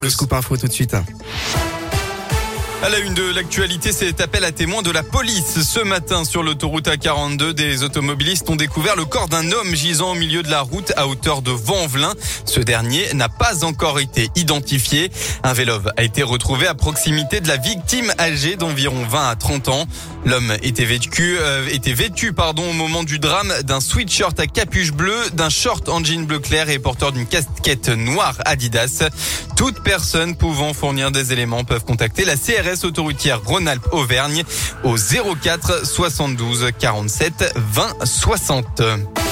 Le scoop info tout de suite. À la une de l'actualité, cet appel à témoins de la police. Ce matin, sur l'autoroute A42, des automobilistes ont découvert le corps d'un homme gisant au milieu de la route à hauteur de Vaux-en-Velin. Ce dernier n'a pas encore été identifié. Un vélo a été retrouvé à proximité de la victime âgée d'environ 20 à 30 ans. L'homme était vêtu au moment du drame d'un sweatshirt à capuche bleue, d'un short en jean bleu clair et porteur d'une casquette noire Adidas. Toute personne pouvant fournir des éléments peuvent contacter la CRS autoroutière Rhône-Alpes-Auvergne au 04 72 47 20 60.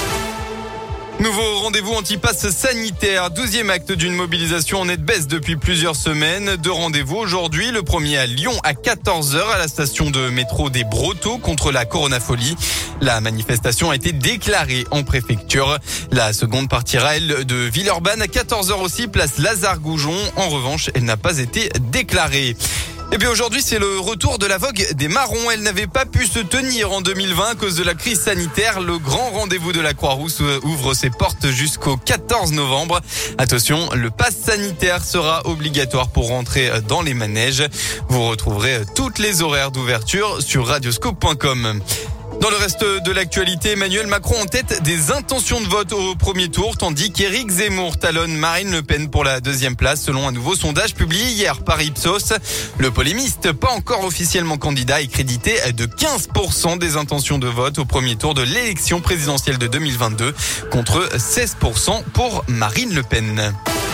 Nouveau rendez-vous anti-pass sanitaire, 12e acte d'une mobilisation en nette baisse depuis plusieurs semaines. Deux rendez-vous aujourd'hui, le premier à Lyon à 14h à la station de métro des Brotteaux contre la coronafolie. La manifestation a été déclarée en préfecture. La seconde partira, elle, de Villeurbanne à 14h aussi, place Lazare-Goujon. En revanche, elle n'a pas été déclarée. Et puis aujourd'hui, c'est le retour de la vogue des marrons. Elle n'avait pas pu se tenir en 2020 à cause de la crise sanitaire. Le grand rendez-vous de la Croix-Rousse ouvre ses portes jusqu'au 14 novembre. Attention, le pass sanitaire sera obligatoire pour rentrer dans les manèges. Vous retrouverez toutes les horaires d'ouverture sur radioscoop.com. Dans le reste de l'actualité, Emmanuel Macron en tête des intentions de vote au premier tour, tandis qu'Éric Zemmour talonne Marine Le Pen pour la deuxième place, selon un nouveau sondage publié hier par Ipsos. Le polémiste, pas encore officiellement candidat, est crédité de 15% des intentions de vote au premier tour de l'élection présidentielle de 2022, contre 16% pour Marine Le Pen.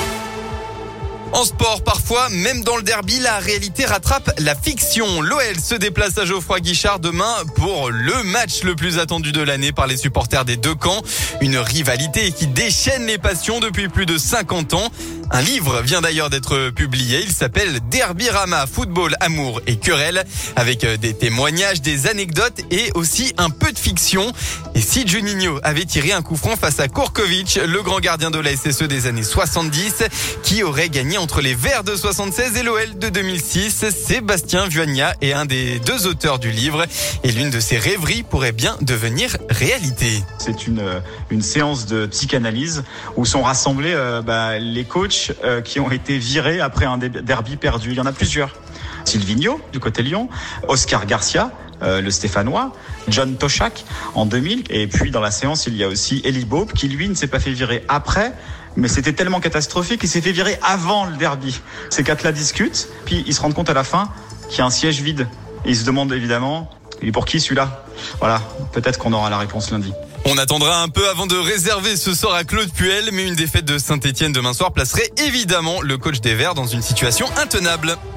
En sport, parfois, même dans le derby, la réalité rattrape la fiction. L'OL se déplace à Geoffroy Guichard demain pour le match le plus attendu de l'année par les supporters des deux camps. Une rivalité qui déchaîne les passions depuis plus de 50 ans. Un livre vient d'ailleurs d'être publié. Il s'appelle Derbyrama, football, amour et querelle, avec des témoignages, des anecdotes et aussi un peu de fiction. Et si Juninho avait tiré un coup franc face à Kurkovic, le grand gardien de la SSE des années 70, qui aurait gagné entre les Verts de 76 et l'OL de 2006, Sébastien Vuagna est un des deux auteurs du livre. Et l'une de ses rêveries pourrait bien devenir réalité. C'est une séance de psychanalyse où sont rassemblés les coachs qui ont été virés après un derby perdu. Il y en a plusieurs. Silvinho, du côté Lyon, Oscar Garcia, le Stéphanois, John Toshak en 2000. Et puis dans la séance, il y a aussi Eli Bope qui, lui, ne s'est pas fait virer après, mais c'était tellement catastrophique qu'il s'est fait virer avant le derby. Ces quatre-là discutent, puis ils se rendent compte à la fin qu'il y a un siège vide. Et ils se demandent évidemment, il est pour qui celui-là ? Voilà, peut-être qu'on aura la réponse lundi. On attendra un peu avant de réserver ce sort à Claude Puel, mais une défaite de Saint-Etienne demain soir placerait évidemment le coach des Verts dans une situation intenable.